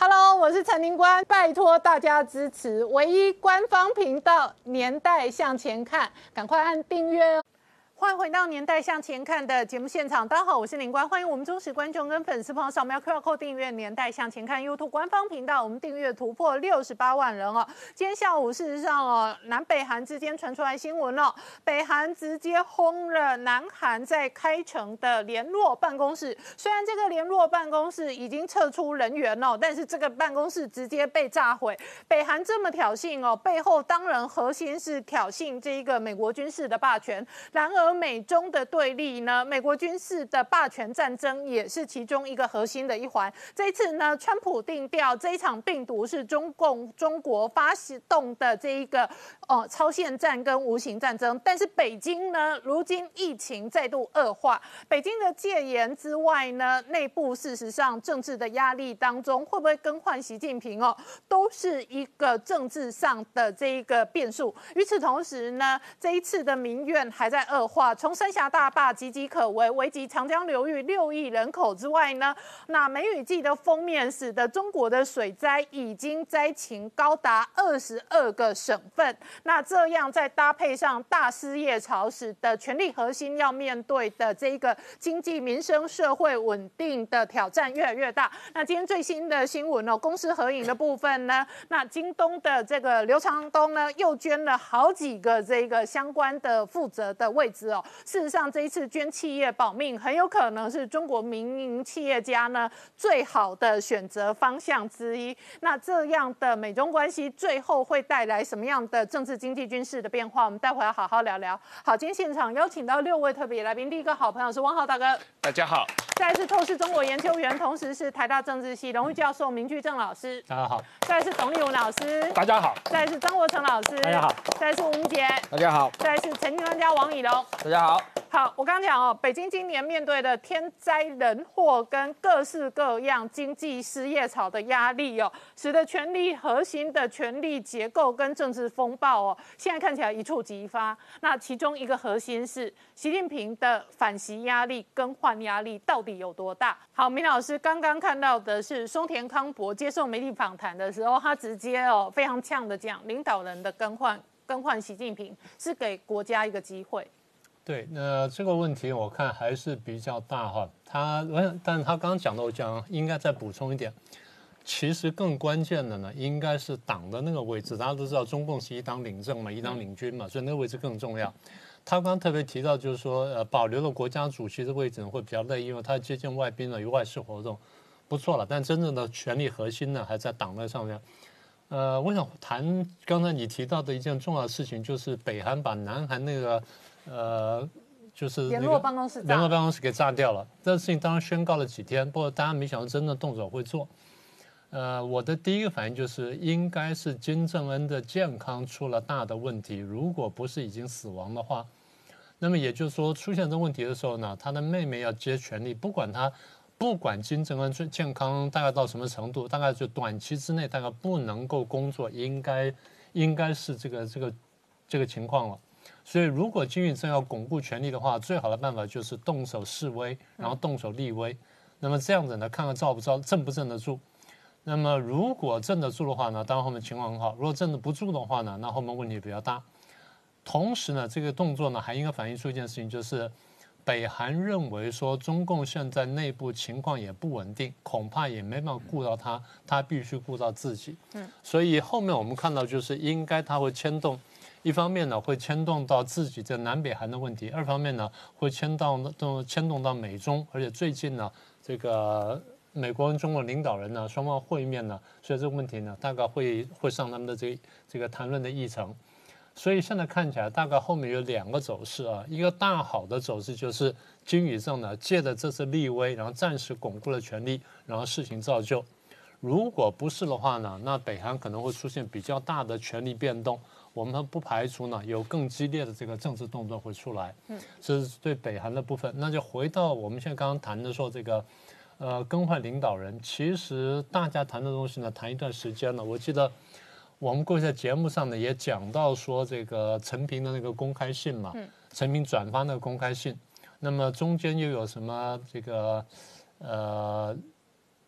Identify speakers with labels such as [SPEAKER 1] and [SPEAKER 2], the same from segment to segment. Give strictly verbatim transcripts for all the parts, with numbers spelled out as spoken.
[SPEAKER 1] Hello， 我是陈宁官，拜托大家支持唯一官方频道《年代向前看》，赶快按订阅哦。欢迎回到《年代向前看》的节目现场，大家好，我是林官，欢迎我们忠实观众跟粉丝朋友扫描 Q R code 订阅《年代向前看》YouTube 官方频道，我们订阅突破六十八万人哦。今天下午，事实上哦，南北韩之间传出来新闻哦，北韩直接轰了南韩在开城的联络办公室。虽然这个联络办公室已经撤出人员哦，但是这个办公室直接被炸毁。北韩这么挑衅哦，背后当然核心是挑衅这一个美国军事的霸权。然而美中的对立呢，美国军事的霸权战争也是其中一个核心的一环。这一次呢，川普定调这一场病毒是中共中国发动的这一个呃超限战跟无形战争，但是北京呢，如今疫情再度恶化，北京的戒严之外呢，内部事实上政治的压力当中，会不会更换习近平哦，都是一个政治上的这一个变数。与此同时呢，这一次的民怨还在恶化。从三峡大坝岌岌可危，危及长江流域六亿人口之外呢，那梅雨季的封面使得中国的水灾已经灾情高达二十二个省份。那这样再搭配上大失业潮，使得权力核心要面对的这个经济民生社会稳定的挑战越来越大。那今天最新的新闻哦，公私合营的部分呢，那京东的这个刘长东呢，又捐了好几个这个相关的负责的位置哦。事实上，这一次捐企业保命，很有可能是中国民营企业家呢最好的选择方向之一。那这样的美中关系最后会带来什么样的政治、经济、军事的变化？我们待会要好好聊聊。好，今天现场邀请到六位特别来宾，第一个好朋友是汪浩大哥，
[SPEAKER 2] 大家好；
[SPEAKER 1] 再来是透视中国研究员，同时是台大政治系荣誉教授明居正老师，
[SPEAKER 3] 大家好；
[SPEAKER 1] 再来是董立文老师，
[SPEAKER 3] 大家好；
[SPEAKER 1] 再来是张国成老师，
[SPEAKER 3] 大家好；
[SPEAKER 1] 再来是吴明杰，
[SPEAKER 4] 大家好；
[SPEAKER 1] 再来是财经专家王以龙，
[SPEAKER 4] 大家好。
[SPEAKER 1] 好，我刚刚讲哦，北京今年面对的天灾人祸跟各式各样经济失业潮的压力哦，使得权力核心的权力结构跟政治风暴哦，现在看起来一触即发。那其中一个核心是习近平的反袭压力、更换压力到底有多大？好，明老师刚刚看到的是松田康博接受媒体访谈的时候，他直接哦非常呛的讲，领导人的更换更换习近平是给国家一个机会。
[SPEAKER 3] 对，那这个问题我看还是比较大哈。他，但是他刚刚讲的，我讲应该再补充一点。其实更关键的呢，应该是党的那个位置。大家都知道，中共是一党领政嘛，一党领军嘛，所以那个位置更重要。他刚刚特别提到，就是说，呃，保留了国家主席的位置会比较累，因为他接见外宾了，有外事活动，不错了。但真正的权力核心呢，还在党的上面。呃，我想谈刚才你提到的一件重要的事情，就是北韩把南韩那个。呃，就是
[SPEAKER 1] 联络办公室，
[SPEAKER 3] 联络办公室给炸掉了。这事情当然宣告了几天，不过大家没想到真正动手会做。呃，我的第一个反应就是，应该是金正恩的健康出了大的问题。如果不是已经死亡的话，那么也就是说，出现这问题的时候呢，他的妹妹要接权力，不管他，不管金正恩健康大概到什么程度，大概就短期之内大概不能够工作，应该应该是这个这个这个情况了。所以，如果金宇正要巩固权力的话，最好的办法就是动手示威，然后动手立威。那么这样子呢，看看罩不罩，镇不镇得住。那么如果镇得住的话呢，当然后面情况很好；如果镇得不住的话呢，那后面问题比较大。同时呢，这个动作呢，还应该反映出一件事情，就是北韩认为说，中共现在内部情况也不稳定，恐怕也没办法顾到他，他必须顾到自己。嗯，所以后面我们看到就是应该他会牵动。一方面呢，会牵动到自己这南北韩的问题；二方面呢，会牵动动牵动到美中，而且最近呢，这个美国跟中国领导人呢双方会面呢，所以这个问题呢，大概会会上他们的这这个谈论的议程。所以现在看起来，大概后面有两个走势啊，一个大好的走势就是金宇正呢借着这次立威，然后暂时巩固了权力，然后事情造就。如果不是的话呢，那北韩可能会出现比较大的权力变动。我们不排除呢有更激烈的这个政治动作会出来，嗯，这是对北韩的部分。那就回到我们现在刚刚谈的说这个，呃，更换领导人，其实大家谈的东西呢，谈一段时间了。我记得我们过去在节目上呢也讲到说这个陈平的那个公开信嘛，陈平转发那个公开信，那么中间又有什么这个呃。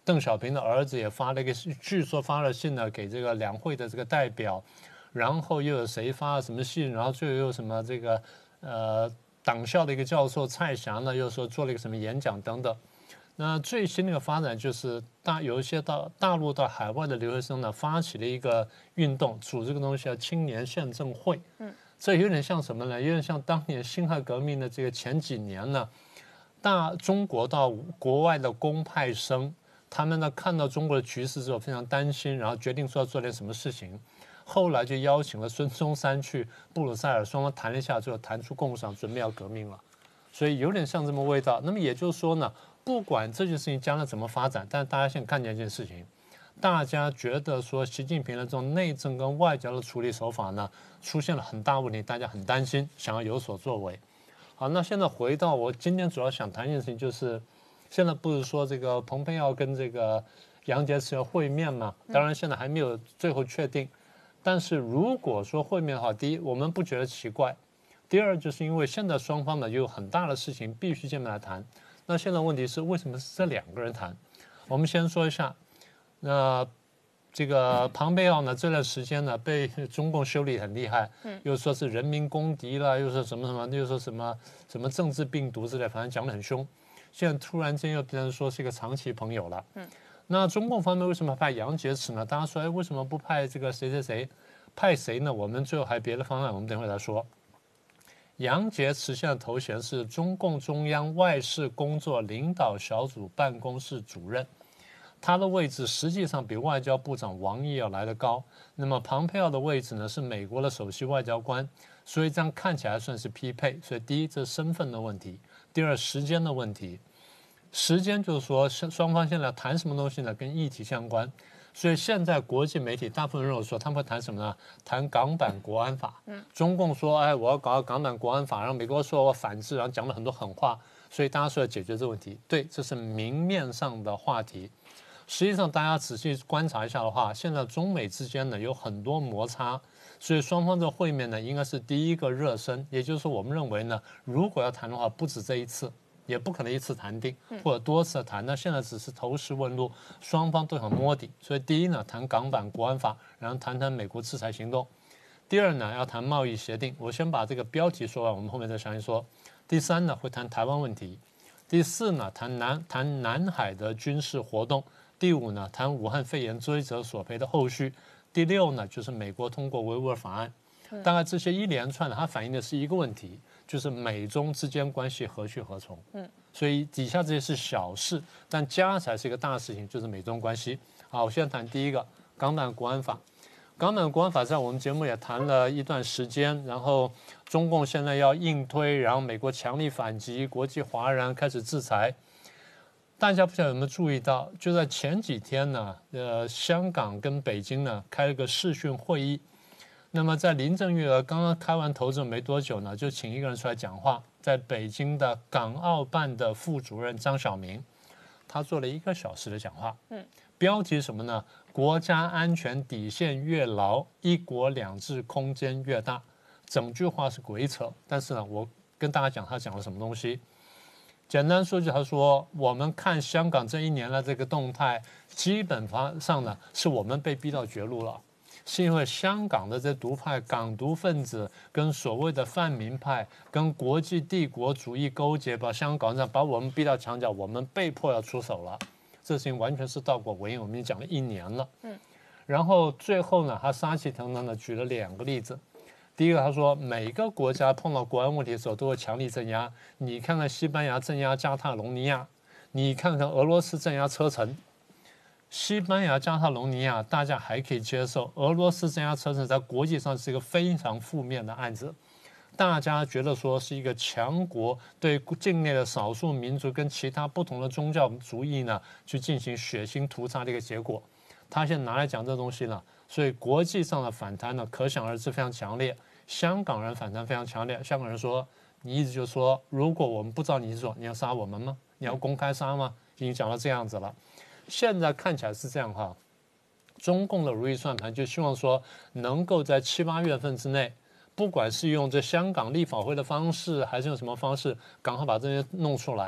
[SPEAKER 3] 邓小平的儿子也发了一个，据说发了信呢给这个两会的这个代表，然后又有谁发了什么信，然后最后又什么这个呃党校的一个教授蔡霞呢又说做了一个什么演讲等等。那最新的一个发展就是大有一些到大陆到海外的留学生呢发起了一个运动，组织个东西叫青年宪政会。嗯，这有点像什么呢？有点像当年辛亥革命的这个前几年呢，大中国到国外的公派生，他们呢看到中国的局势之后非常担心，然后决定说要做点什么事情。后来就邀请了孙中山去布鲁塞尔，双方谈了一下，最后谈出共识，准备要革命了。所以有点像这么味道。那么也就是说呢，不管这件事情将来怎么发展，但大家现在看见一件事情，大家觉得说习近平的这种内政跟外交的处理手法呢，出现了很大问题，大家很担心，想要有所作为。好，那现在回到我今天主要想谈一件事情，就是现在不是说这个蓬佩奥跟这个杨洁篪要会面嘛？当然现在还没有最后确定。但是如果说会面的话，第一我们不觉得奇怪，第二就是因为现在双方呢有很大的事情必须见面来谈。那现在问题是为什么是这两个人谈？我们先说一下，那这个庞佩奥呢这段时间呢被中共修理很厉害，又说是人民公敌了，又说什么什么，又说什么什么政治病毒之类，反正讲得很凶。现在突然间又变成说是一个长期朋友了。那中共方面为什么派杨洁篪呢？大家说，哎，为什么不派这个谁谁谁？派谁呢？我们最后还别的方案，我们等会再说。杨洁篪现在头衔是中共中央外事工作领导小组办公室主任，他的位置实际上比外交部长王毅要来得高。那么庞佩奥的位置呢是美国的首席外交官，所以这样看起来算是匹配。所以第一，这是身份的问题；第二，时间的问题。时间就是说双方现在谈什么东西呢？跟议题相关。所以现在国际媒体大部分认为说他们会谈什么呢？谈港版国安法。中共说，哎，我要搞港版国安法，然后美国说我反制，然后讲了很多狠话。所以大家说要解决这个问题，对，这是明面上的话题。实际上大家仔细观察一下的话，现在中美之间呢有很多摩擦，所以双方的会面呢应该是第一个热身。也就是说，我们认为呢，如果要谈的话，不止这一次。也不可能一次谈定，或者多次谈。那现在只是投石问路，双方都想摸底。所以第一呢，谈港版国安法，然后谈谈美国制裁行动。第二呢，要谈贸易协定。我先把这个标题说完，我们后面再详细说。第三呢，会谈台湾问题。第四呢，谈南谈南海的军事活动。第五呢，谈武汉肺炎追责索赔的后续。第六呢，就是美国通过维吾尔法案。大概这些一连串的，它反映的是一个问题，就是美中之间关系何去何从。嗯，所以底下这些是小事，但加起来是一个大事情，就是美中关系。好，我现在谈第一个港版国安法。港版国安法在我们节目也谈了一段时间，然后中共现在要硬推，然后美国强力反击，国际哗然，开始制裁。大家不晓得有没有注意到，就在前几天呢，呃，香港跟北京呢开了个视讯会议。那么在林郑月娥刚刚开完头之后没多久呢，就请一个人出来讲话，在北京的港澳办的副主任张晓明，他做了一个小时的讲话。嗯，标题是什么呢？国家安全底线越牢，一国两制空间越大。整句话是鬼扯，但是呢，我跟大家讲他讲了什么东西。简单说句，他说我们看香港这一年来这个动态，基本上呢是我们被逼到绝路了。是因为香港的这独派港独分子跟所谓的泛民派跟国际帝国主义勾结，把香港人把我们逼到墙角，我们被迫要出手了。这事情完全是倒果为因，我们已经讲了一年了。嗯，然后最后呢，他杀气腾腾的举了两个例子。第一个，他说每个国家碰到国安问题的时候都会强力镇压。你看看西班牙镇压加泰隆尼亚，你看看俄罗斯镇压车臣。西班牙加泰隆尼亚大家还可以接受，俄罗斯镇压车臣在国际上是一个非常负面的案子，大家觉得说是一个强国对境内的少数民族跟其他不同的宗教主义呢去进行血腥屠杀的一个结果。他现在拿来讲这东西呢，所以国际上的反弹呢可想而知非常强烈。香港人反弹非常强烈，香港人说你一直就说如果我们不知道你是说你要杀我们吗？你要公开杀吗？已经讲到这样子了。现在看起来是这样哈，中共的如意算盘就希望说能够在七八月份之内，不管是用这香港立法会的方式，还是用什么方式，赶快把这些弄出来，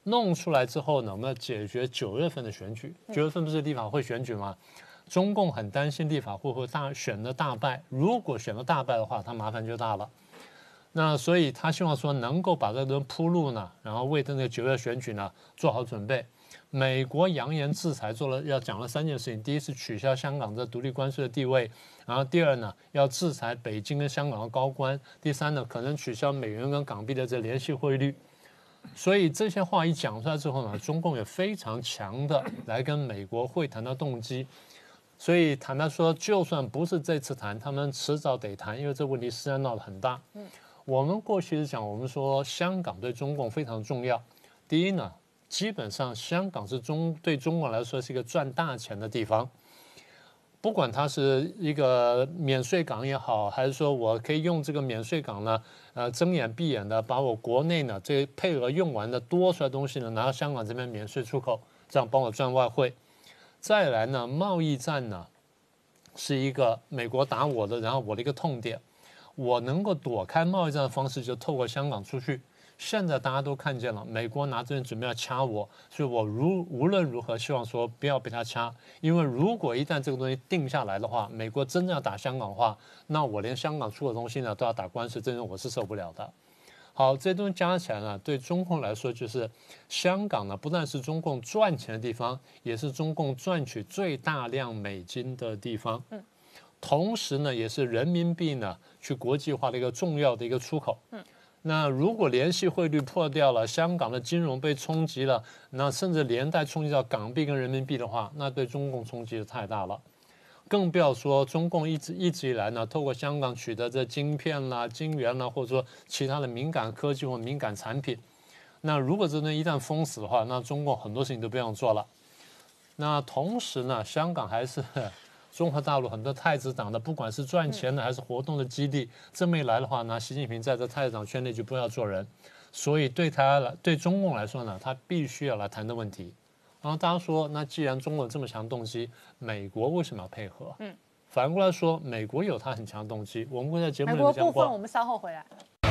[SPEAKER 3] 弄出来之后呢，我们要解决九月份的选举。九月份不是立法会选举吗？中共很担心立法会会大选的大败，如果选的大败的话，他麻烦就大了。那所以他希望说能够把这个铺路呢，然后为这个九月选举呢做好准备。美国扬言制裁，做了要讲了三件事情：第一是取消香港的独立关税的地位，然后第二呢要制裁北京跟香港的高官，第三呢可能取消美元跟港币的这联系汇率。所以这些话一讲出来之后呢，中共有非常强的来跟美国会谈的动机。所以坦白说，就算不是这次谈，他们迟早得谈，因为这问题实在闹得很大。嗯，我们过去是讲，我们说香港对中共非常重要。第一呢，基本上香港是中对中国来说是一个赚大钱的地方，不管它是一个免税港也好，还是说我可以用这个免税港呢，呃，睁眼闭眼的把我国内呢这配额用完的多出来的东西呢拿到香港这边免税出口，这样帮我赚外汇。再来呢，贸易战呢是一个美国打我的，然后我的一个痛点，我能够躲开贸易战的方式就透过香港出去。现在大家都看见了，美国拿这边准备要掐我，所以我如无论如何希望说不要被他掐，因为如果一旦这个东西定下来的话，美国真正要打香港的话，那我连香港出的东西呢都要打官司，这种我是受不了的。好，这些东西加起来呢，对中共来说就是香港呢，不但是中共赚钱的地方，也是中共赚取最大量美金的地方。嗯，同时呢，也是人民币呢去国际化的一个重要的一个出口。嗯，那如果联系汇率破掉了，香港的金融被冲击了，那甚至连带冲击到港币跟人民币的话，那对中共冲击就太大了。更不要说中共一直一直以来呢，透过香港取得这晶片啦、晶圆啦，或者说其他的敏感科技或敏感产品。那如果真的一旦封死的话，那中共很多事情都不用做了。那同时呢，香港还是中国大陆很多太子党的，不管是赚钱的还是活动的基地。这么一来的话呢，习近平在这太子党圈内就不要做人。所以对他来，对中共来说呢，他必须要来谈的问题。然后大家说，那既然中国有这么强动机，美国为什么要配合？嗯，反过来说，美国有它很强动机。我们会在节目里面讲过。
[SPEAKER 1] 美国部分我们稍后回来。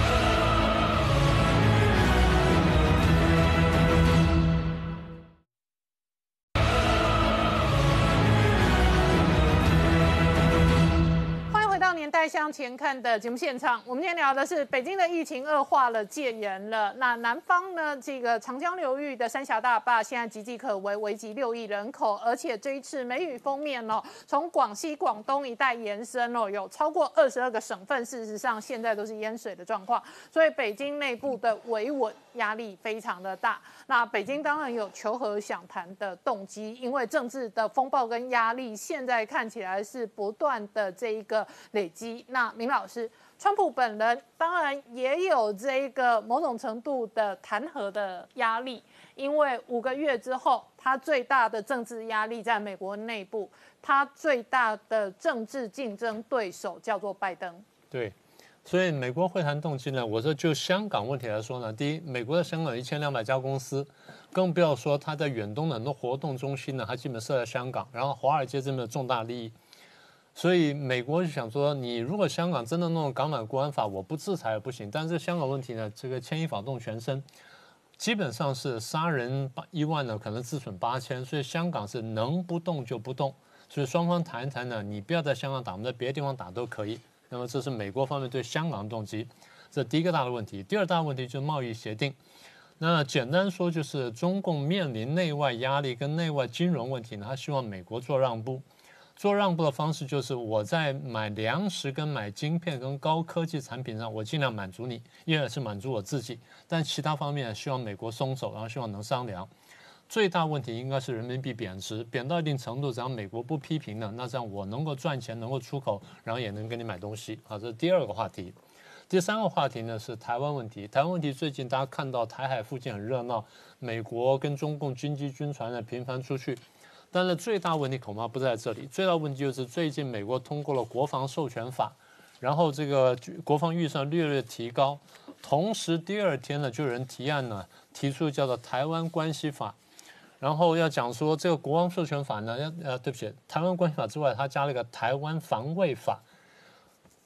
[SPEAKER 1] 年代向前看的节目现场，我们今天聊的是北京的疫情恶化了，戒严了。那南方呢？这个长江流域的三峡大坝现在岌岌可危，危及六亿人口，而且这一次梅雨封面哦，从广西、广东一带延伸哦，有超过二十二个省份，事实上现在都是淹水的状况，所以北京内部的维稳压力非常的大。那北京当然有求和想谈的动机，因为政治的风暴跟压力现在看起来是不断的这一个累积。那明老师，川普本人当然也有这个某种程度的弹劾的压力，因为五个月之后，他最大的政治压力在美国内部，他最大的政治竞争对手叫做拜登。
[SPEAKER 3] 对。所以美国会谈动机呢，我说就香港问题来说呢，第一，美国在香港有一千两百家公司，更不要说它在远东的很多活动中心呢，它基本设在香港，然后华尔街这边有重大利益，所以美国就想说，你如果香港真的弄港版国安法，我不制裁也不行，但是香港问题呢，这个牵一发动全身，基本上是杀人一万呢，可能自损八千，所以香港是能不动就不动，所以双方谈一谈呢，你不要在香港打，我们在别的地方打都可以。那么这是美国方面对香港的动机，这第一个大的问题。第二大问题就是贸易协定。那简单说就是中共面临内外压力跟内外金融问题呢，他希望美国做让步。做让步的方式就是我在买粮食跟买晶片跟高科技产品上，我尽量满足你，一来是满足我自己，但其他方面希望美国松手，然后希望能商量。最大问题应该是人民币贬值，贬到一定程度，只要美国不批评呢，那这样我能够赚钱，能够出口，然后也能给你买东西。好，这是第二个话题。第三个话题呢是台湾问题。台湾问题最近大家看到台海附近很热闹，美国跟中共军机军船呢频繁出去，但是最大问题恐怕不在这里。最大问题就是最近美国通过了国防授权法，然后这个国防预算略略提高，同时第二天呢就有人提案呢提出叫做台湾关系法。然后要讲说这个国防授权法呢，要呃，对不起，台湾关系法之外，它加了一个台湾防卫法。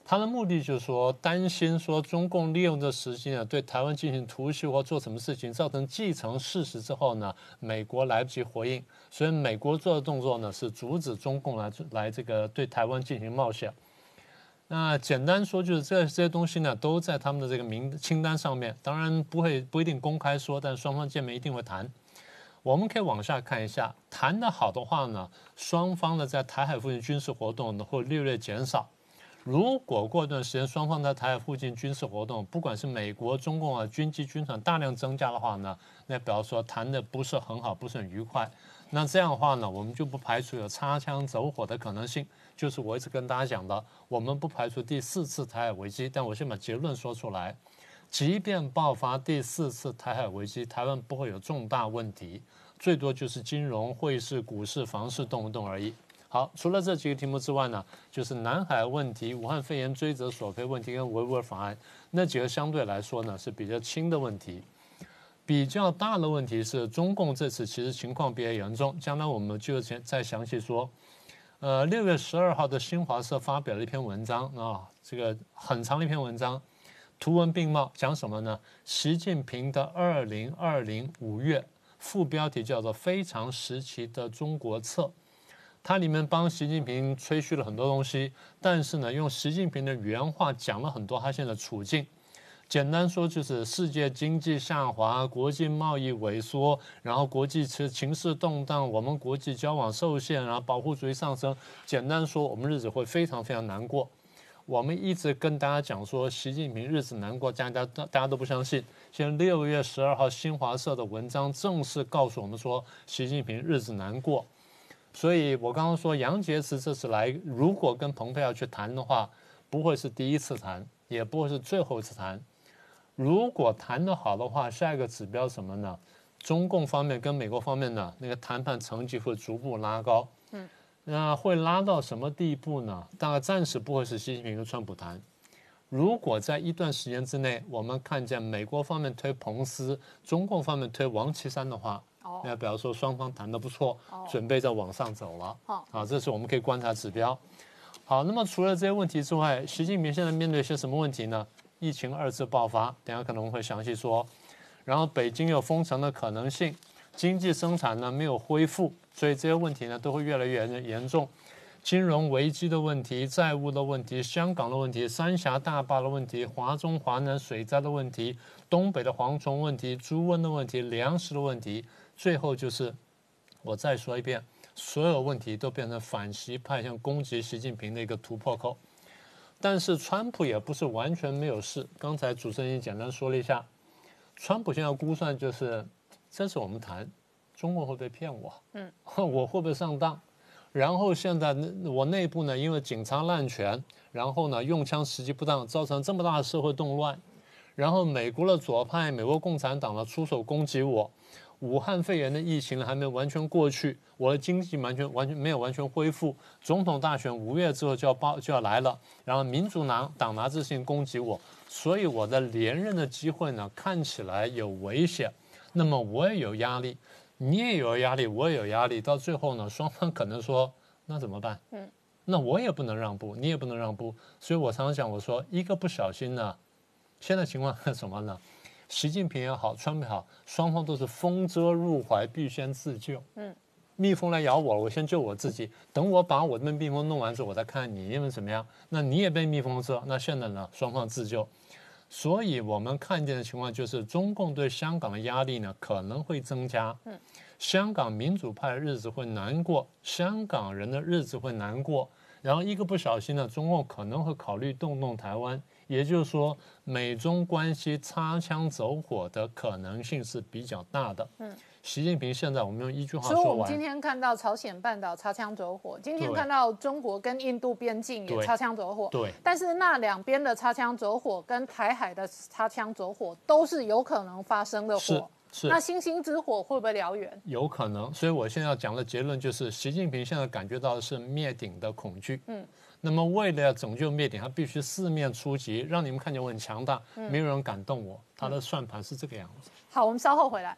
[SPEAKER 3] 他的目的就是说，担心说中共利用这时机呢，对台湾进行突袭或做什么事情，造成既成事实之后呢，美国来不及回应，所以美国做的动作呢是阻止中共来来这个对台湾进行冒险。那简单说就是这这些东西呢都在他们的这个名清单上面，当然不会不一定公开说，但双方见面一定会谈。我们可以往下看一下，谈得好的话呢，双方呢在台海附近军事活动呢会略略减少。如果过段时间双方在台海附近军事活动，不管是美国、中共啊军机、军船大量增加的话呢，那表示说谈的不是很好，不是很愉快。那这样的话呢，我们就不排除有擦枪走火的可能性。就是我一直跟大家讲的，我们不排除第四次台海危机，但我先把结论说出来。即便爆发第四次台海危机，台湾不会有重大问题，最多就是金融、汇市、股市、房市动不动而已。好，除了这几个题目之外呢，就是南海问题、武汉肺炎追责索赔问题跟维吾尔法案那几个相对来说呢是比较轻的问题。比较大的问题是中共这次其实情况比较严重，将来我们就再详细说。呃，六月十二号的新华社发表了一篇文章啊，这个很长的一篇文章，图文并茂，讲什么呢？习近平的二零二零五月，副标题叫做“非常时期的中国策”。它里面帮习近平吹嘘了很多东西，但是呢，用习近平的原话讲了很多他现在的处境。简单说就是世界经济下滑，国际贸易萎缩，然后国际情势动荡，我们国际交往受限，然后保护主义上升。简单说，我们日子会非常非常难过。我们一直跟大家讲说，习近平日子难过，大家大家都不相信。现在六月十二号新华社的文章正式告诉我们说，习近平日子难过。所以我刚刚说，杨洁篪这次来，如果跟蓬佩奥去谈的话，不会是第一次谈，也不会是最后一次谈。如果谈得好的话，下一个指标什么呢？中共方面跟美国方面呢，那个谈判成绩会逐步拉高。嗯，那会拉到什么地步呢？大概暂时不会是习近平跟川普谈。如果在一段时间之内，我们看见美国方面推彭斯，中共方面推王岐山的话，哦、那表示说双方谈得不错，哦、准备在往上走了。好、哦，这是我们可以观察指标。好，那么除了这些问题之外，习近平现在面对一些什么问题呢？疫情二次爆发，等一下可能会详细说。然后北京有封城的可能性，经济生产呢没有恢复，所以这些问题呢都会越来越严重。金融危机的问题、债务的问题、香港的问题、三峡大坝的问题、华中华南水灾的问题、东北的蝗虫问题、猪瘟的问题、粮食的问题，最后就是我再说一遍，所有问题都变成反习派向攻击习近平的一个突破口。但是川普也不是完全没有事，刚才主持人也简单说了一下，川普现在估算就是，这次我们谈，中国会不会骗我？嗯，我会不会上当？然后现在我内部呢，因为警察滥权，然后呢用枪时机不当，造成这么大的社会动乱，然后美国的左派、美国共产党呢出手攻击我。武汉肺炎的疫情还没有完全过去，我的经济完全完全没有完全恢复，总统大选五月之后就要报就要来了，然后民主党党拿自信攻击我，所以我的连任的机会呢看起来有危险，那么我也有压力，你也有压力，我也有压力，到最后呢，双方可能说那怎么办？嗯，那我也不能让步，你也不能让步，所以我常常讲，我说一个不小心呢，现在情况是什么呢？习近平也好，川普也好，双方都是风蛰入怀，必先自救。嗯，蜜蜂来咬我，我先救我自己。等我把我的蜜蜂弄完之后，我再看你因为怎么样。那你也被蜜蜂蛰，那现在呢，双方自救。所以我们看见的情况就是，中共对香港的压力呢可能会增加。嗯，香港民主派的日子会难过，香港人的日子会难过。然后一个不小心呢，中共可能会考虑动动台湾。也就是说，美中关系擦枪走火的可能性是比较大的。嗯，习近平现在我们用一句话说完，
[SPEAKER 1] 所以我们今天看到朝鲜半岛擦枪走火，今天看到中国跟印度边境也擦枪走火。
[SPEAKER 3] 对，
[SPEAKER 1] 但是那两边的擦枪走火跟台海的擦枪走火都是有可能发生的火。
[SPEAKER 3] 是。是
[SPEAKER 1] 那星星之火会不会燎原？
[SPEAKER 3] 有可能，所以我现在要讲的结论就是，习近平现在感觉到的是灭顶的恐惧。嗯，那么为了要拯救灭顶，他必须四面出击，让你们看见我很强大，嗯、没有人敢动我。他的算盘是这个样子。
[SPEAKER 1] 好，我们稍后回来。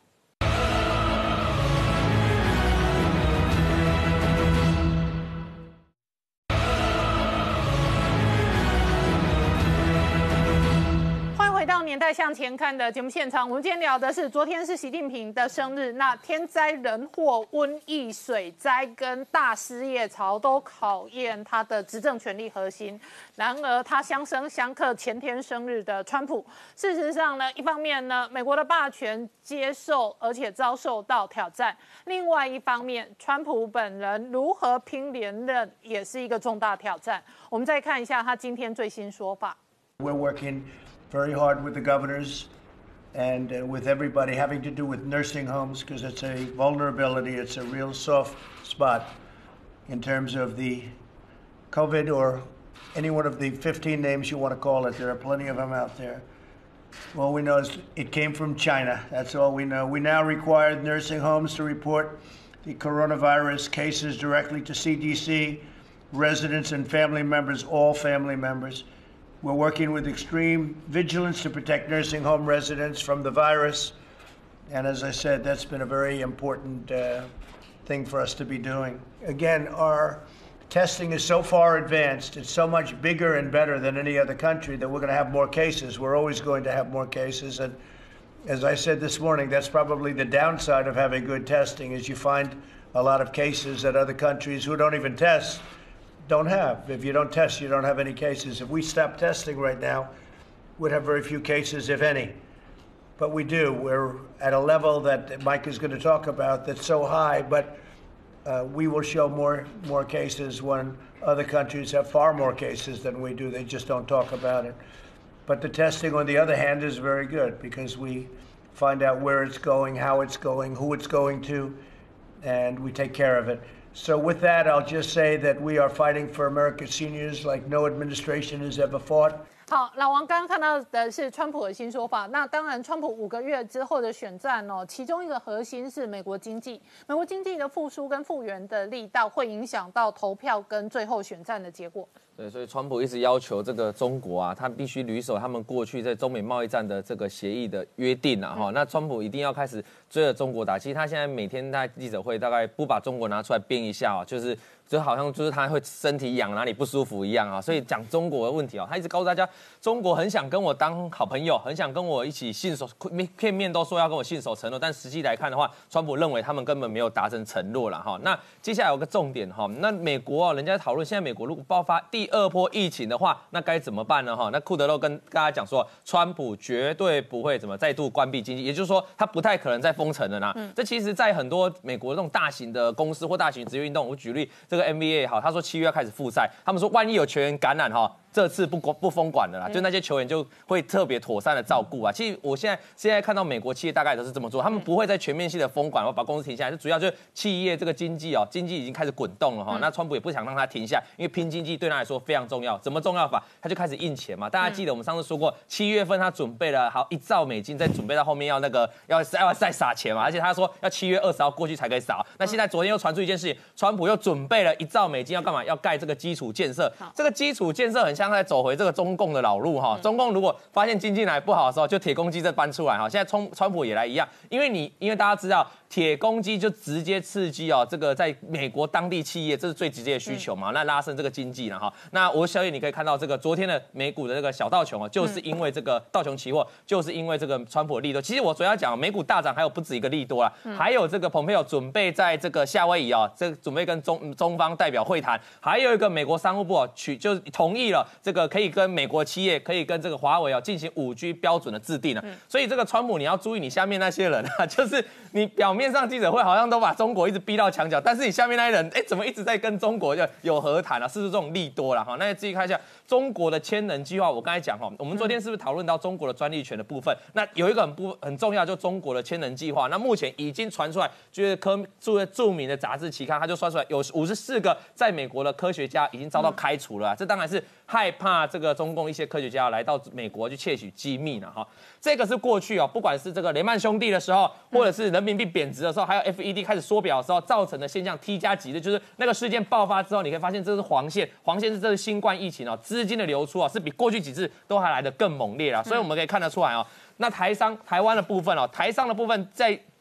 [SPEAKER 1] 年代向前看的节目现场，我们今天聊的是昨天是习近平的生日，那天灾人祸、瘟疫、水灾跟大失业潮都考验他的执政权力核心。然而，他相生相克前天生日的川普，事实上呢，一方面呢，美国的霸权接受而且遭受到挑战；另外一方面，川普本人如何拼连任也是一个重大挑战。我们再看一下他今天最新说法。
[SPEAKER 2] We're working very hard with the governors and uh, with everybody having to do with nursing homes because it's a vulnerability, it's a real soft spot in terms of the COVID or any one of the fifteen names you want to call it. There are plenty of them out there. All we know is it came from China. That's all we know. We now require nursing homes to report the coronavirus cases directly to C D C, residents and family members, all family members. We're working with extreme vigilance to protect nursing home residents from the virus. And as I said, that's been a very important uh, thing for us to be doing. Again, our testing is so far advanced, it's so much bigger and better than any other country that we're going to have more cases. We're always going to have more cases. And as I said this morning, that's probably the downside of having good testing, is you find a lot of cases that other countries who don't even test don't have. If you don't test, you don't have any cases. If we stop testing right now, we'd have very few cases, if any. But we do. We're at a level that Mike is going to talk about that's so high, but uh, we will show more more cases when other countries have far more cases than we do. They just don't talk about it. But the testing, on the other hand, is very good because we find out where it's going, how it's going, who it's going to, and we take care of it. So with that, I'll just say that we are fighting for America's seniors like no administration has ever fought.
[SPEAKER 1] 好，老王刚刚看到的是川普的新说法。那当然，川普五个月之后的选战哦，其中一个核心是美国经济。美国经济的复苏跟复原的力道，会影响到投票跟最后选战的结果。
[SPEAKER 4] 对，所以川普一直要求这个中国啊，他必须履守他们过去在中美贸易战的这个协议的约定啊，哈、嗯。那川普一定要开始追着中国打。其实他现在每天在记者会大概不把中国拿出来编一下啊，就是就好像就是他会身体痒哪里不舒服一样啊。所以讲中国的问题啊，他一直告诉大家，中国很想跟我当好朋友，很想跟我一起信守，片面都说要跟我信守承诺，但实际来看的话，川普认为他们根本没有达成承诺了哈。那接下来有个重点哈，那美国啊，人家讨论现在美国如果爆发第第二波疫情的话，那该怎么办呢？哈，那库德洛跟大家讲说，川普绝对不会怎么再度关闭经济，也就是说，他不太可能再封城了啦。嗯、这其实，在很多美国这种大型的公司或大型职业运动，我举例这个 N B A 好，他说七月要开始复赛，他们说万一有球员感染哈。这次不不封管的啦，就那些球员就会特别妥善的照顾啊。其实我现在现在看到美国企业大概都是这么做，他们不会再全面性的封管，然后把公司停下来，就主要就是企业这个经济哦，经济已经开始滚动了哈。那川普也不想让它停下，因为拼经济对他来说非常重要。怎么重要法？他就开始印钱嘛。大家记得我们上次说过，七月份他准备了好一兆美金，再准备到后面要那个要要再撒钱嘛，而且他说要七月二十号过去才可以撒。那现在昨天又传出一件事情，川普又准备了一兆美金要干嘛？要盖这个基础建设。这个基础建设很像在走回这个中。中共的老路哈，中共如果发现经济来不好的时候，就铁公鸡这搬出来哈。现在川川普也来一样，因为你因为大家知道铁公鸡就直接刺激哦，这个在美国当地企业这是最直接的需求嘛，嗯、那拉升这个经济了哈。那我小野你可以看到这个昨天的美股的这个小道琼啊，就是因为这个道琼期货，就是因为这个川普的利多。其实我昨天要讲美股大涨还有不止一个利多啦，嗯、还有这个蓬佩奥准备在这个夏威夷啊，这准备跟中中方代表会谈，还有一个美国商务部啊取就是同意了这个可以跟美国企业可以跟这个华为啊进行五 G 标准的制定了，嗯、所以这个川普你要注意你下面那些人啊，就是你表面上记者会好像都把中国一直逼到墙角，但是你下面那些人哎怎么一直在跟中国就有和谈啊？是不是这种利多了哈？那自己看一下中国的千人计划，我刚才讲哈，我们昨天是不是讨论到中国的专利权的部分？那有一个很不很重要，就中国的千人计划，那目前已经传出来，就是科著著名的杂志期刊，他就算出来有五十四个在美国的科学家已经遭到开除了、啊，这当然是害怕这个中共一些科学家来到美国去窃取机密了哈。这个是过去哦，不管是这个雷曼兄弟的时候，或者是人民币贬值的时候，还有 F E D 开始缩表的时候，造成的现象 T 加级的，就是那个事件爆发之后，你可以发现这是黄线，黄线是这是新冠疫情哦，资金的流出啊是比过去几次都还来得更猛烈啦，所以我们可以看得出来哦，那台商台湾的部分哦，台商的部分在。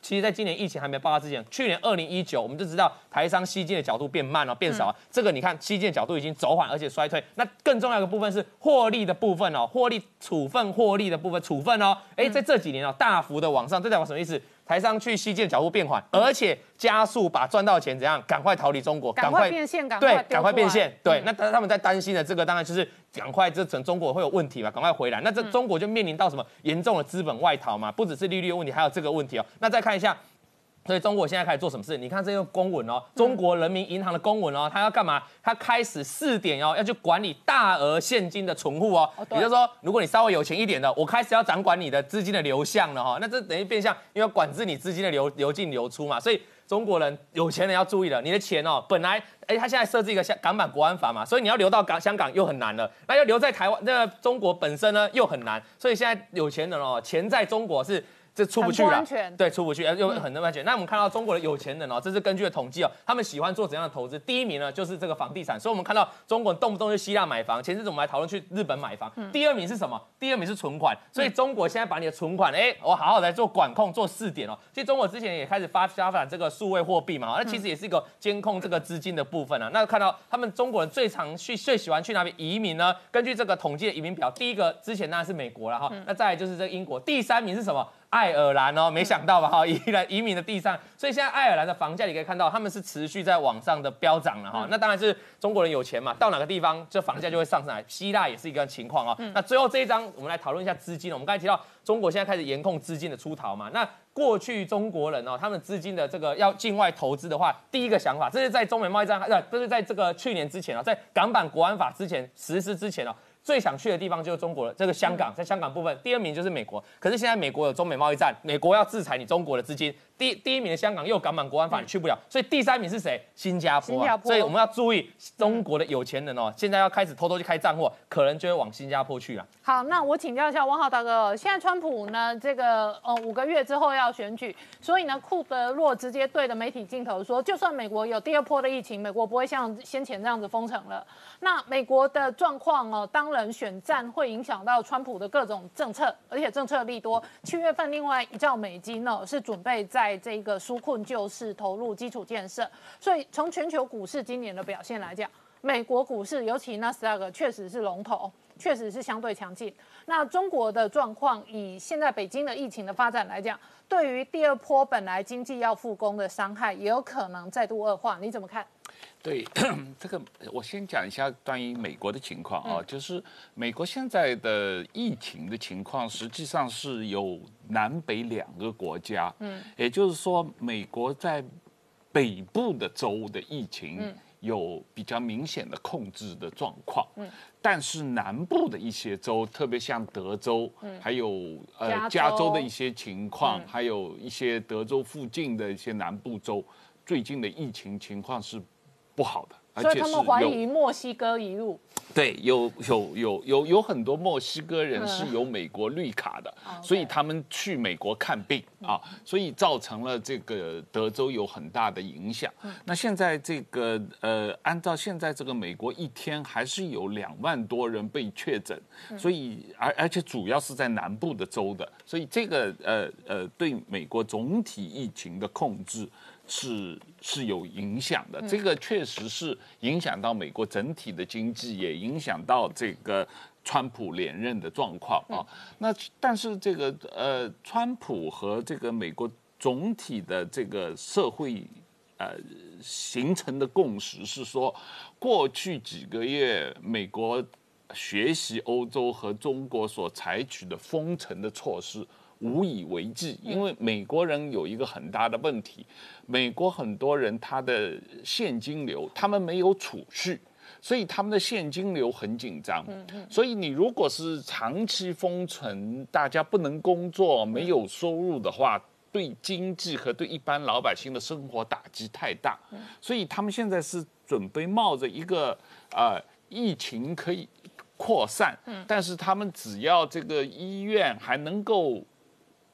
[SPEAKER 4] 其实在今年疫情还没爆发之前，去年二零一九我们就知道台商吸金的角度变慢了、变少了。嗯、这个你看吸金的角度已经走缓，而且衰退。那更重要的部分是获利的部分哦，获利处分获利的部分处分哦，哎，在这几年哦大幅的往上，这代表什么意思？台商去吸金的脚步变缓，而且加速把赚到的钱怎样赶快逃离中国，
[SPEAKER 1] 赶快变现，赶快
[SPEAKER 4] 对，赶快变现。对，
[SPEAKER 1] 嗯、
[SPEAKER 4] 那他们在担心的这个当然就是赶快这整中国会有问题嘛，赶快回来。那这中国就面临到什么严重的资本外逃嘛，不只是利率的问题，还有这个问题哦。那再看一下。所以中国现在开始做什么事？你看这个公文哦，中国人民银行的公文哦，它要干嘛？它开始试点哦，要去管理大额现金的存户哦。哦也就是说，如果你稍微有钱一点的，我开始要掌管你的资金的流向了哈、哦。那这等于变相因为要管制你资金的流流进流出嘛。所以中国人有钱人要注意了，你的钱哦，本来哎，他现在设置一个香港版国安法嘛，所以你要留到港香港又很难了，那要留在台湾，那中国本身呢又很难。所以现在有钱人哦，钱在中国是。这出不去了，对，出不去，又很不安全。那我们看到中国的有钱人哦，这是根据统计哦，他们喜欢做怎样的投资？第一名呢就是这个房地产，所以我们看到中国动不动就希腊买房，前阵子我们还讨论去日本买房。嗯、第二名是什么？第二名是存款，所以中国现在把你的存款，哎，我好好来做管控、做试点哦。其实中国之前也开始发发展这个数位货币嘛，那其实也是一个监控这个资金的部分啊。那看到他们中国人最常去、最喜欢去哪边移民呢？根据这个统计的移民表，第一个之前当然是美国了哈，那再来就是这个英国，第三名是什么？爱尔兰哦，没想到吧哈，移来移民的地上，所以现在爱尔兰的房价你可以看到，他们是持续在往上的飙涨了哈。嗯、那当然是中国人有钱嘛，到哪个地方这房价就会上上来。希腊也是一个情况哦。嗯、那最后这一章我们来讨论一下资金。我们刚才提到中国现在开始严控资金的出逃嘛，那过去中国人哦，他们资金的这个要境外投资的话，第一个想法，这是在中美贸易战，呃，这是在这个去年之前啊、哦，在港版国安法之前实施之前哦。最想去的地方就是中国了，这个香港，在香港部分，第二名就是美国。可是现在美国有中美贸易战，美国要制裁你中国的资金，第第一名的香港又有港版国安法，你去不了。所以第三名是谁？新加坡、啊。新加坡。所以我们要注意，中国的有钱人哦，现在要开始偷偷去开账户，可能就会往新加坡去了。
[SPEAKER 1] 好，那我请教一下汪浩大哥，现在川普呢，这个呃五个月之后要选举，所以呢，库德洛直接对着媒体镜头说，就算美国有第二波的疫情，美国不会像先前这样子封城了。那美国的状况哦，当然选战会影响到川普的各种政策，而且政策利多。七月份另外一兆美金呢，是准备在这个纾困救市投入基础建设。所以从全球股市今年的表现来讲，美国股市尤其纳斯达克确实是龙头，确实是相对强劲。那中国的状况，以现在北京的疫情的发展来讲，对于第二波本来经济要复工的伤害，也有可能再度恶化。你怎么看？
[SPEAKER 5] 对这个，我先讲一下关于美国的情况啊，嗯、就是美国现在的疫情的情况，实际上是有南北两个国家，嗯，也就是说，美国在北部的州的疫情。嗯有比较明显的控制的状况，嗯，但是南部的一些州，特别像德州，嗯，还有呃加州的一些情况，嗯、还有一些德州附近的一些南部州，最近的疫情情况是不好的，
[SPEAKER 1] 所以他们怀疑墨西哥一路。
[SPEAKER 5] 对，有有有有有很多墨西哥人是有美国绿卡的，嗯、所以他们去美国看病啊，所以造成了这个德州有很大的影响。嗯、那现在这个呃，按照现在这个美国一天还是有两万多人被确诊，嗯、所以而而且主要是在南部的州的，所以这个呃呃对美国总体疫情的控制。是是有影响的，这个确实是影响到美国整体的经济，也影响到这个川普连任的状况啊。那但是这个呃，川普和这个美国总体的这个社会呃形成的共识是说，过去几个月美国学习欧洲和中国所采取的封城的措施。无以为继，因为美国人有一个很大的问题，美国很多人他的现金流，他们没有储蓄，所以他们的现金流很紧张。所以你如果是长期封城，大家不能工作，没有收入的话，对经济和对一般老百姓的生活打击太大。所以他们现在是准备冒着一个呃疫情可以扩散，但是他们只要这个医院还能够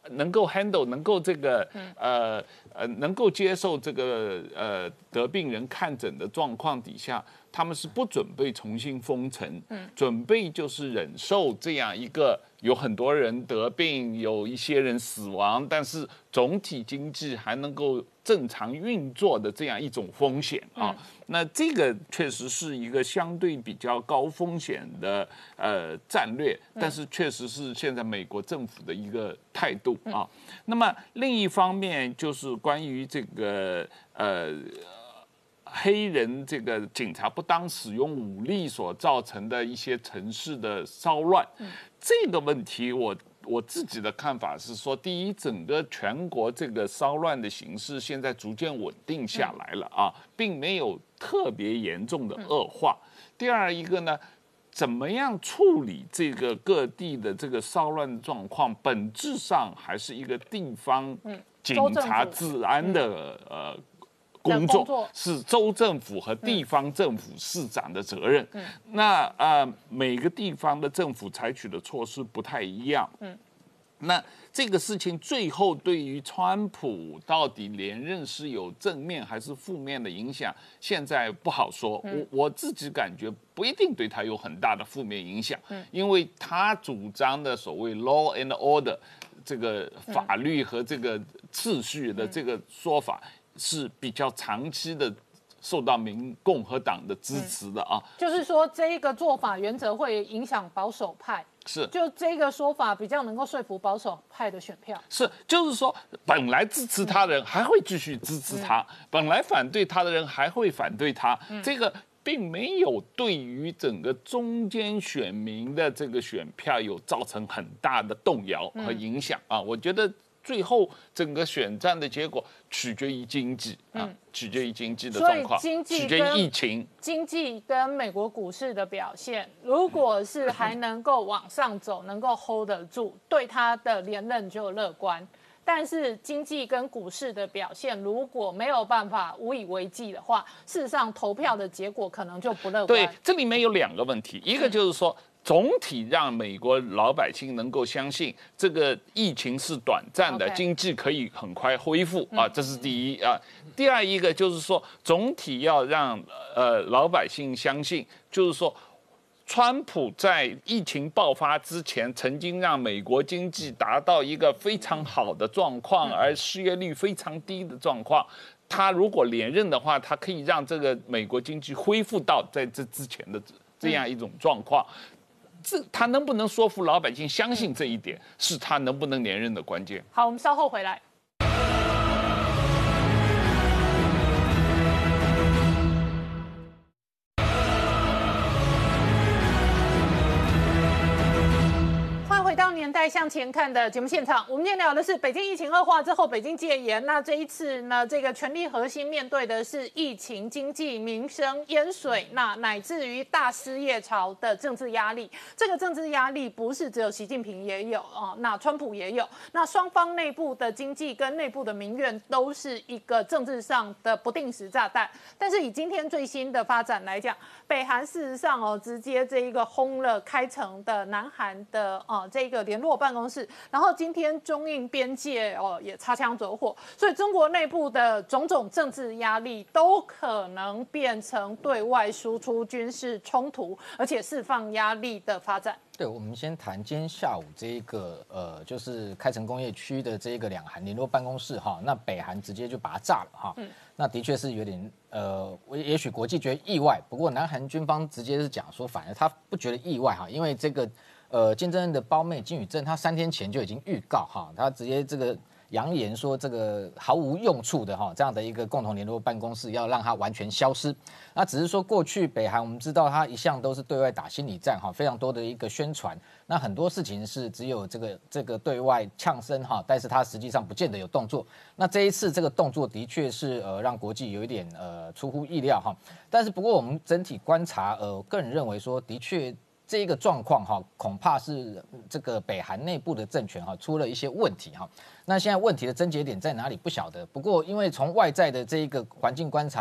[SPEAKER 5] 能够 handle， 能够这个呃呃能够接受这个呃得病人看诊的状况底下，他们是不准备重新封城，嗯，准备就是忍受这样一个有很多人得病，有一些人死亡，但是总体经济还能够正常运作的这样一种风险啊。嗯，那这个确实是一个相对比较高风险的呃战略，但是确实是现在美国政府的一个态度啊。那么另一方面就是关于这个呃。黑人这个警察不当使用武力所造成的一些城市的骚乱，这个问题我我自己的看法是说，第一，整个全国这个骚乱的形势现在逐渐稳定下来了啊，并没有特别严重的恶化。第二一个呢，怎么样处理这个各地的这个骚乱状况，本质上还是一个地方警察治安的呃。工作是州政府和地方政府市长的责任。嗯，那呃，每个地方的政府采取的措施不太一样。嗯，那这个事情最后对于川普到底连任是有正面还是负面的影响，现在不好说。我我自己感觉不一定对他有很大的负面影响，因为他主张的所谓 law and order 这个法律和这个秩序的这个说法。是比较长期的受到民共和党的支持的啊，
[SPEAKER 1] 嗯，就是说这一个做法原则会影响保守派，
[SPEAKER 5] 是
[SPEAKER 1] 就这个说法比较能够说服保守派的选票，
[SPEAKER 5] 是就是说本来支持他的人还会继续支持他，嗯，本来反对他的人还会反对他，嗯，这个并没有对于整个中间选民的这个选票有造成很大的动摇和影响啊，我觉得。最后，整个选战的结果取决于经济啊，嗯，取决于经济的状况，取决于疫情。
[SPEAKER 1] 经济跟美国股市的表现，如果是还能够往上走，能够 hold 得住，对他的连任就乐观。但是经济跟股市的表现如果没有办法无以为继的话，事实上投票的结果可能就不乐观。
[SPEAKER 5] 对，这里面有两个问题，一个就是说。嗯，总体让美国老百姓能够相信这个疫情是短暂的， okay. 经济可以很快恢复啊，这是第一啊。第二一个就是说，总体要让呃老百姓相信，就是说，川普在疫情爆发之前，曾经让美国经济达到一个非常好的状况，而失业率非常低的状况。他如果连任的话，他可以让这个美国经济恢复到在这之前的这样一种状况。这他能不能说服老百姓相信这一点，是他能不能连任的关键。
[SPEAKER 1] 好，我们稍后回来。回到年代向前看的节目现场，我们今天聊的是北京疫情恶化之后，北京戒严。那这一次呢，这个权力核心面对的是疫情、经济、民生、淹水，那乃至于大失业潮的政治压力。这个政治压力不是只有习近平也有啊，那川普也有。那双方内部的经济跟内部的民怨都是一个政治上的不定时炸弹。但是以今天最新的发展来讲，北韩事实上哦，直接这一个轰了开城的南韩的哦这。这个联络办公室，然后今天中印边界哦也擦枪走火，所以中国内部的种种政治压力都可能变成对外输出军事冲突，而且释放压力的发展。
[SPEAKER 6] 对，我们先谈今天下午这一个呃，就是开城工业区的这一个两韩联络办公室哈，那北韩直接就把它炸了哈，嗯，那的确是有点呃，也许国际觉得意外，不过南韩军方直接是讲说，反而他不觉得意外哈，因为这个。呃，金正恩的胞妹金宇镇，他三天前就已经预告哈，他直接这个扬言说，这个毫无用处的哈这样的一个共同联络办公室要让它完全消失。那只是说过去北韩我们知道他一向都是对外打心理战哈，非常多的一个宣传，那很多事情是只有这个这个对外呛声哈，但是他实际上不见得有动作。那这一次这个动作的确是呃让国际有一点呃出乎意料哈，但是不过我们整体观察，呃，个人认为说的确。这一个状况哈，恐怕是这个北韩内部的政权哈出了一些问题哈。那现在问题的症结点在哪里不晓得。不过因为从外在的这一个环境观察，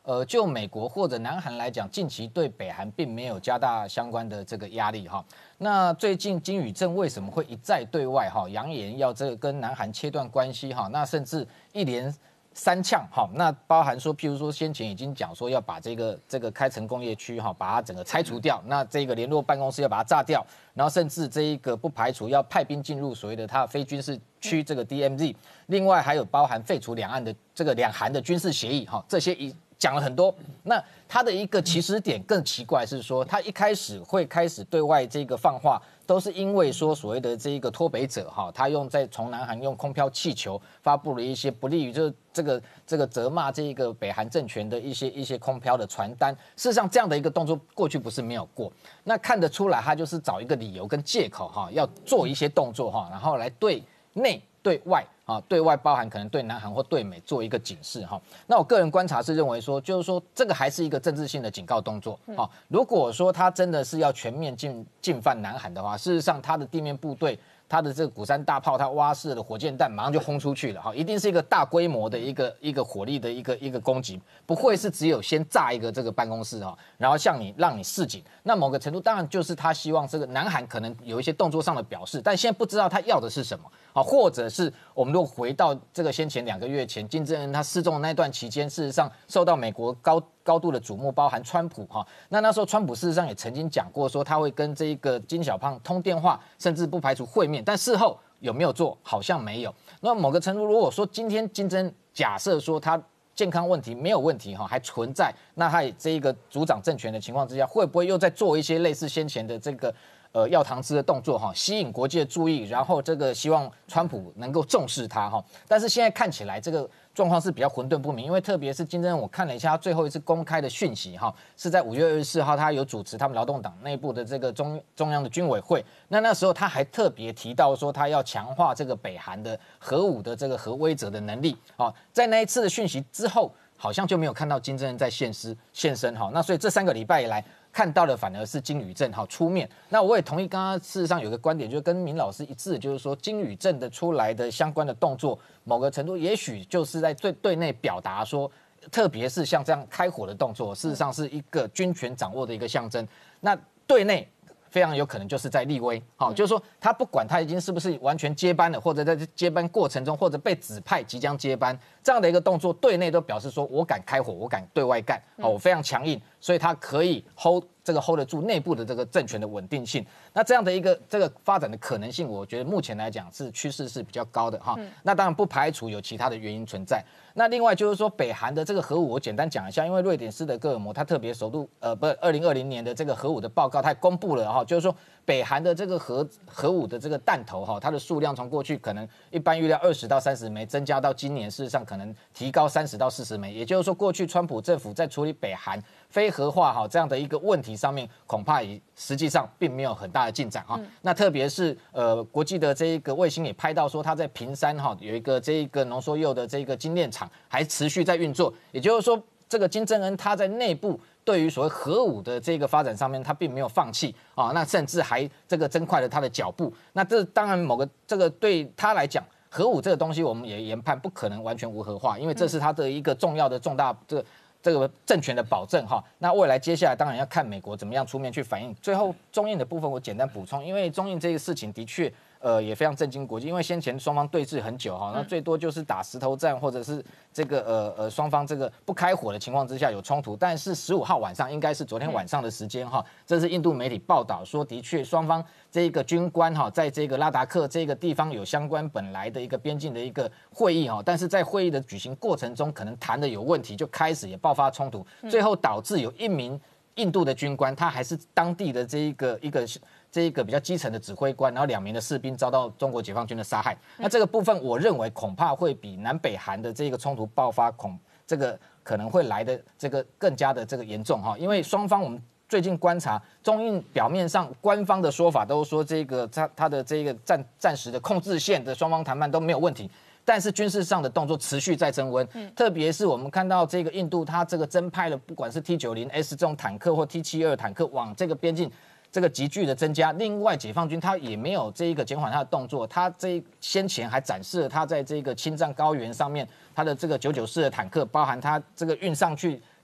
[SPEAKER 6] 呃，就美国或者南韩来讲，近期对北韩并没有加大相关的这个压力哈。那最近金宇镇为什么会一再对外哈扬言要这个跟南韩切断关系哈？那甚至一连三呛哈，那包含说，譬如说先前已经讲说要把这个这个开城工业区哈，把它整个拆除掉，那这个联络办公室要把它炸掉，然后甚至这一个不排除要派兵进入所谓的它的非军事区这个 D M Z， 另外还有包含废除两岸的这个两韩的军事协议哈，这些一讲了很多。那它的一个起始点更奇怪是说，它一开始会开始对外这个放话，都是因为说所谓的这一个脱北者哈，他用在从南韩用空飘气球发布了一些不利于就是这个这个责骂这个北韩政权的一些一些空飘的传单。事实上，这样的一个动作过去不是没有过，那看得出来他就是找一个理由跟借口哈，要做一些动作哈，然后来对内对外。啊，对外包含可能对南韩或对美做一个警示哈。那我个人观察是认为说，就是说这个还是一个政治性的警告动作。好，如果说他真的是要全面进进犯南韩的话，事实上他的地面部队。它的这个鼓山大炮，它挖式的火箭弹马上就轰出去了哈，一定是一个大规模的一个一个火力的一个一个攻击，不会是只有先炸一个这个办公室哈，然后向你让你示警。那某个程度当然就是他希望这个南韩可能有一些动作上的表示，但现在不知道他要的是什么啊，或者是我们如果回到这个先前两个月前金正恩他失踪的那段期间，事实上受到美国高。高度的瞩目，包含川普哈，那那时候川普事实上也曾经讲过，说他会跟这个金小胖通电话，甚至不排除会面，但事后有没有做，好像没有。那某个程度，如果说今天金正恩假设说他健康问题没有问题哈，还存在，那他这一个主掌政权的情况之下，会不会又在做一些类似先前的这个？呃，要糖吃的动作哈，吸引国际的注意，然后这个希望川普能够重视他哈。但是现在看起来这个状况是比较混沌不明，因为特别是金正恩，我看了一下他最后一次公开的讯息哈，是在五月二十四号，他有主持他们劳动党内部的这个中中央的军委会。那那时候他还特别提到说，他要强化这个北韩的核武的这个核威慑的能力啊。在那一次的讯息之后，好像就没有看到金正恩在现身现身哈。那所以这三个礼拜以来。看到的反而是金宇镇好出面，那我也同意刚刚事实上有个观点，就是跟明老师一致，就是说金宇镇的出来的相关的动作，某个程度也许就是在对对内表达说，特别是像这样开火的动作，事实上是一个军权掌握的一个象征。那对内非常有可能就是在立威，好、哦，就是说他不管他已经是不是完全接班了，或者在接班过程中，或者被指派即将接班这样的一个动作，对内都表示说我敢开火，我敢对外干，哦，我非常强硬，所以他可以 hold 这个 hold 得住内部的这个政权的稳定性。那这样的一个这个发展的可能性，我觉得目前来讲是趋势是比较高的哈。嗯、那当然不排除有其他的原因存在。那另外就是说，北韩的这个核武，我简单讲一下，因为瑞典斯德哥尔摩他特别首度呃不二零二零年的这个核武的报告，他公布了哈，就是说北韩的这个核核武的这个弹头哈，它的数量从过去可能一般预料二十到三十枚，增加到今年事实上可能提高三十到四十枚，也就是说，过去川普政府在处理北韩非核化哈这样的一个问题上面，恐怕也实际上并没有很大的进展哈。嗯、那特别是呃国际的这一个卫星也拍到说，它在平山哈有一个这一个浓缩铀的这个精炼厂还持续在运作，也就是说，这个金正恩他在内部对于所谓核武的这个发展上面，他并没有放弃啊，那甚至还这个增快了他的脚步。那这当然某个这个对他来讲。核武这个东西，我们也研判不可能完全无核化，因为这是它的一个重要的重大这个这个政权的保证哈。那未来接下来当然要看美国怎么样出面去反应。最后中印的部分我简单补充，因为中印这个事情的确呃也非常震惊国际，因为先前双方对峙很久哈，那最多就是打石头战或者是这个呃呃双方这个不开火的情况之下有冲突，但是十五号晚上应该是昨天晚上的时间哈，这是印度媒体报道说，的确双方这个军官哈在这个拉达克这个地方有相关本来的一个边境的一个会议哈，但是在会议的举行过程中可能谈的有问题，就开始也爆发冲突，最后导致有一名印度的军官他还是当地的这一个一个。这一个比较基层的指挥官，然后两名的士兵遭到中国解放军的杀害。那这个部分，我认为恐怕会比南北韩的这个冲突爆发恐这个可能会来的这个更加的这个严重哈，因为双方我们最近观察中印表面上官方的说法都说这个他他的这个暂暂时的控制线的双方谈判都没有问题。但是军事上的动作持续在增温，嗯、特别是我们看到这个印度，它这个增派了不管是 T 九十 S 这种坦克或 T 七十二坦克往这个边境。这个急剧的增加，另外解放军他也没有这一个减缓他的动作，他这先前还展示了他在这个侵占高原上面他的这个九九式的坦克，包含他这个运上去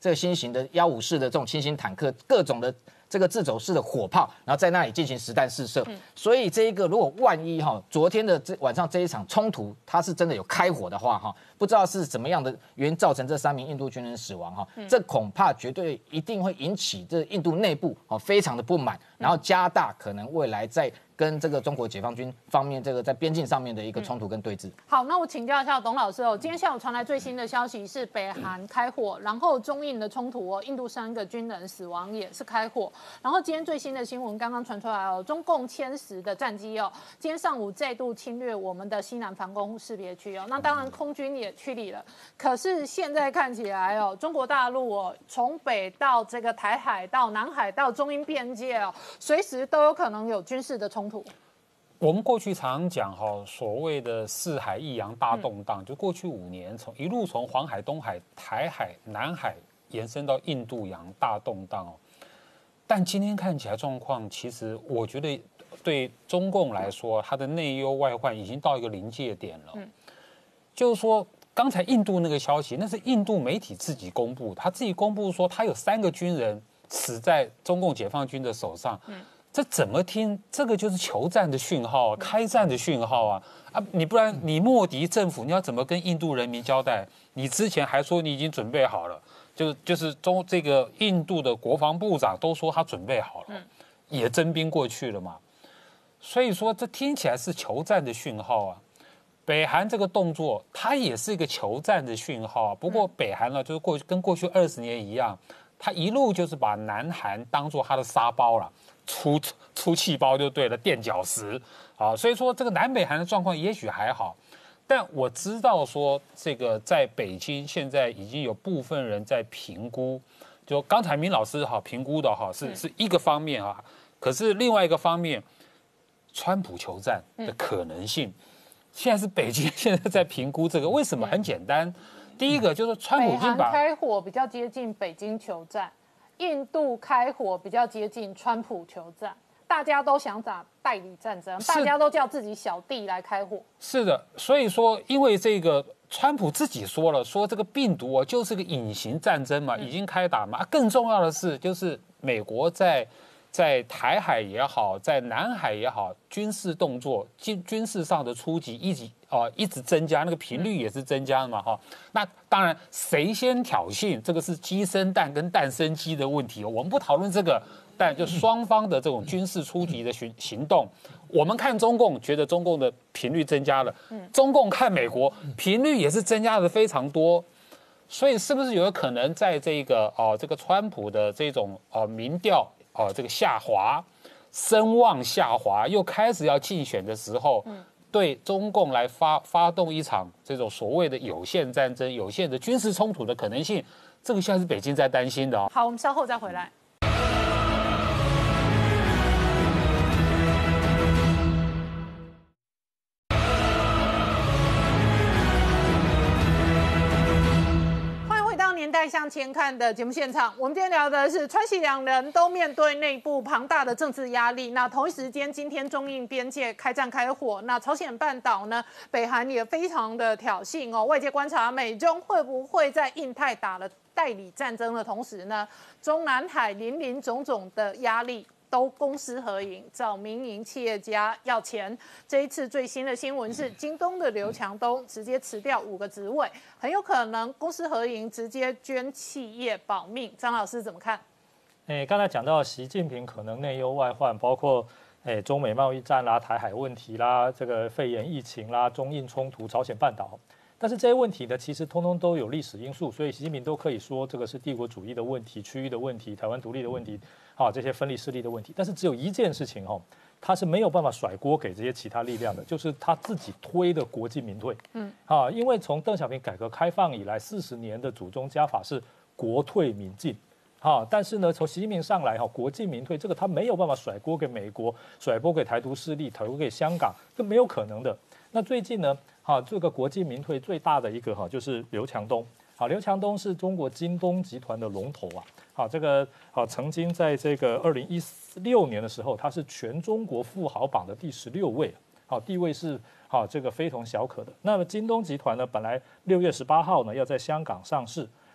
[SPEAKER 6] 这个新型的幺五式的这种轻型坦克，各种的这个自走式的火炮，然后在那里进行实弹试射。嗯、所以这一个如果万一哈，昨天的这晚上这一场冲突，它是真的有开火的话哈，不知道是怎么样的原因造成这三名印度军人死亡哈，嗯、这恐怕绝对一定会引起这印度内部哦非常的不满，然后加大可能未来在跟这个中国解放军方面这个在边境上面的一个冲突跟对峙。嗯、
[SPEAKER 1] 好，那我请教一下董老师哦，今天下午传来最新的消息是北韩开火，然后中印的冲突哦，印度三个军人死亡也是开火，然后今天最新的新闻刚刚传出来哦，中共歼十的战机哦，今天上午再度侵略我们的西南防空识别区哦，那当然空军也驱离了，可是现在看起来哦，中国大陆哦，从北到这个台海到南海到中印边界哦，随时都有可能有军事的冲突。
[SPEAKER 7] 我们过去常讲哈，所谓的四海一洋大动荡，嗯、就过去五年从一路从黄海、东海、台海、南海延伸到印度洋大动荡哦。但今天看起来状况，其实我觉得对中共来说，它的内忧外患已经到一个临界点了。嗯、就是说，刚才印度那个消息，那是印度媒体自己公布，他自己公布说他有三个军人死在中共解放军的手上。嗯这怎么听？这个就是求战的讯号啊，开战的讯号啊！啊，你不然你莫迪政府你要怎么跟印度人民交代？你之前还说你已经准备好了，就是就是中这个印度的国防部长都说他准备好了，也征兵过去了嘛。所以说这听起来是求战的讯号啊。北韩这个动作，它也是一个求战的讯号啊。不过北韩呢，就是过去跟过去二十年一样，他一路就是把南韩当作他的沙包了。出出气包就对了，垫脚石啊，所以说这个南北韩的状况也许还好，但我知道说这个在北京现在已经有部分人在评估，就刚才明老师哈评估的哈是是一个方面啊，可是另外一个方面，川普求战的可能性，嗯、现在是北京现在在评估这个，为什么？很简单，第一个就是川普已经把
[SPEAKER 1] 开火比较接近北京求战。印度开火比较接近川普求战，大家都想打代理战争，大家都叫自己小弟来开火。
[SPEAKER 7] 是的，所以说，因为这个川普自己说了，说这个病毒哦就是个隐形战争嘛，已经开打嘛。更重要的是，就是美国在在台海也好，在南海也好，军事动作、军军事上的出击一直哦一直增加，那个频率也是增加的嘛哈。那当然，谁先挑衅，这个是鸡生蛋跟蛋生鸡的问题，我们不讨论这个。但就双方的这种军事出击的行行动，我们看中共觉得中共的频率增加了，中共看美国频率也是增加的非常多。所以是不是有可能在这个哦、呃、这个川普的这种哦民调哦、呃、这个下滑，声望下滑，又开始要竞选的时候，对中共来发发动一场这种所谓的有限战争、有限的军事冲突的可能性，这个现在是北京在担心的哦。
[SPEAKER 1] 好，我们稍后再回来。年代向前看的节目现场，我们今天聊的是川习两人都面对内部庞大的政治压力。那同一时间，今天中印边界开战开火，那朝鲜半岛呢，北韩也非常的挑衅哦。外界观察，美中会不会在印太打了代理战争的同时呢，中南海林林总总的压力都公私合营，找民营企业家要钱。这一次最新的新闻是，京东的刘强东直接辞掉五个职位，很有可能公私合营，直接捐企业保命。张老师怎么看？
[SPEAKER 8] 诶，刚才讲到习近平可能内忧外患，包括诶中美贸易战啦、台海问题啦、这个肺炎疫情啦、中印冲突、朝鲜半岛。但是这些问题呢，其实通通都有历史因素，所以习近平都可以说这个是帝国主义的问题、区域的问题、台湾独立的问题，啊，这些分离势力的问题。但是只有一件事情哦，他是没有办法甩锅给这些其他力量的，就是他自己推的国进民退。嗯，啊，因为从邓小平改革开放以来四十年的祖宗家法是国退民进。啊，但是呢，从习近平上来哈，国进民退，这个他没有办法甩锅给美国，甩锅给台独势力，甩锅给香港，这没有可能的。那最近呢，哈，这个国进民退最大的一个哈，就是刘强东。好，刘强东是中国京东集团的龙头啊。好，这个好曾经在这个二零一六年的时候，他是全中国富豪榜的第十六位，好，地位是好这个非同小可的。那么京东集团呢，本来六月十八号呢要在香港上市。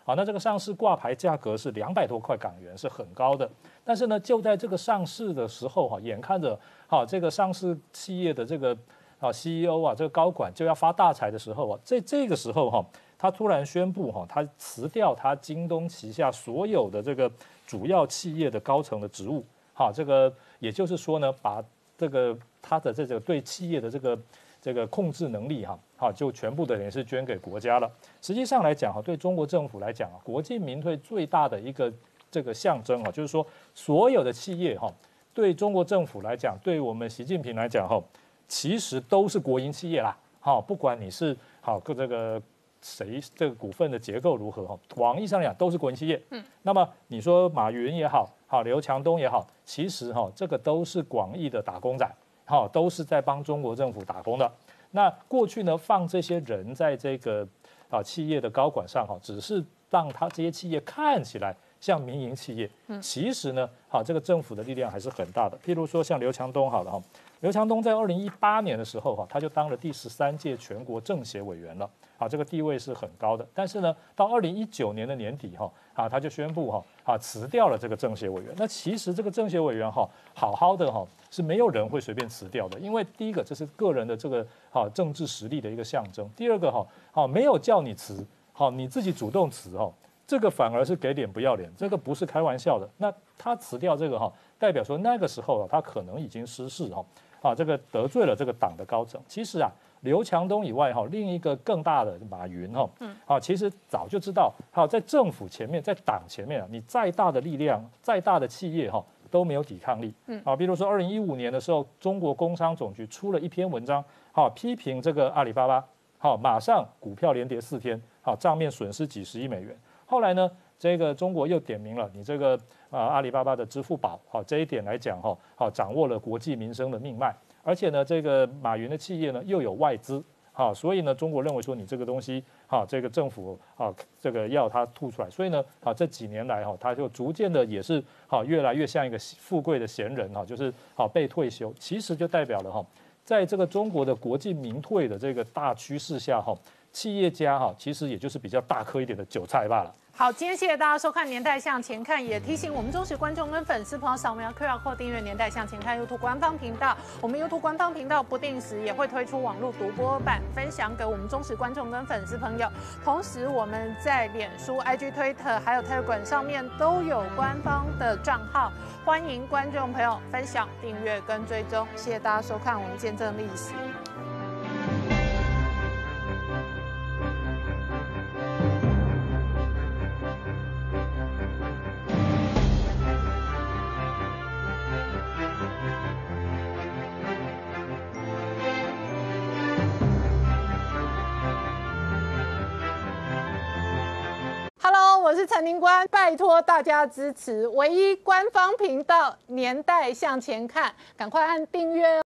[SPEAKER 8] 好，那这个上市挂牌价格是两百多块港元，是很高的。但是呢，就在这个上市的时候哈，眼看着好这个上市企业的这个啊 C E O 啊这个高管就要发大财的时候啊，这这个时候哈，他突然宣布哈，他辞掉他京东旗下所有的这个主要企业的高层的职务。好，这个也就是说呢，把这个他的这个对企业的这个这个控制能力哈，好就全部的人是捐给国家了。实际上来讲哈，对中国政府来讲啊，国进民退最大的一个这个象征哈，就是说所有的企业哈，对中国政府来讲，对我们习近平来讲哈，其实都是国营企业啦。好，不管你是好跟这个谁这个股份的结构如何哈，广义上来讲都是国营企业。嗯，那么你说马云也好，好刘强东也好，其实哈这个都是广义的打工仔。好，都是在帮中国政府打工的。那过去呢，放这些人在这个啊企业的高管上，哈，只是让他这些企业看起来像民营企业，嗯，其实呢，好，这个政府的力量还是很大的。譬如说像刘强东，好了哈，刘强东在二零一八年的时候，哈，他就当了第十三届全国政协委员了，好，这个地位是很高的。但是呢，到二零一九年的年底，哈，啊，他就宣布哈，啊，辞掉了这个政协委员。那其实这个政协委员哈，好好的哈。是没有人会随便辞掉的，因为第一个这是个人的这个好政治实力的一个象征，第二个哈好没有叫你辞，好你自己主动辞哈，这个反而是给脸不要脸，这个不是开玩笑的。那他辞掉这个哈，代表说那个时候啊他可能已经失势哈，啊这个得罪了这个党的高层。其实啊刘强东以外哈，另一个更大的马云哈，嗯，啊其实早就知道，好在政府前面，在党前面啊，你再大的力量，再大的企业哈。都没有抵抗力，嗯，啊，比如说二零一五年的时候，中国工商总局出了一篇文章，好批评这个阿里巴巴，好马上股票连跌四天，好账面损失几十亿美元。后来呢，这个中国又点名了你这个啊阿里巴巴的支付宝，好这一点来讲哈，好掌握了国计民生的命脉，而且呢，这个马云的企业呢又有外资。好，所以呢，中国认为说你这个东西，好，这个政府啊，这个要它吐出来，所以呢，好这几年来哈，他就逐渐的也是好越来越像一个富贵的闲人哈，就是好被退休，其实就代表了哈，在这个中国的国进民退的这个大趋势下哈，企业家哈，其实也就是比较大颗一点的韭菜罢了。
[SPEAKER 1] 好，今天谢谢大家收看《年代向前看》，也提醒我们忠实观众跟粉丝朋友扫描 Q R code 订阅《年代向前看》YouTube 官方频道。我们 YouTube 官方频道不定时也会推出网络独播版，分享给我们忠实观众跟粉丝朋友。同时，我们在脸书、I G、Twitter 还有 Telegram 上面都有官方的账号，欢迎观众朋友分享、订阅跟追踪。谢谢大家收看，我们见证历史。Hello， 我是陈宁官，拜托大家支持唯一官方频道《年代向前看》，赶快按订阅哦。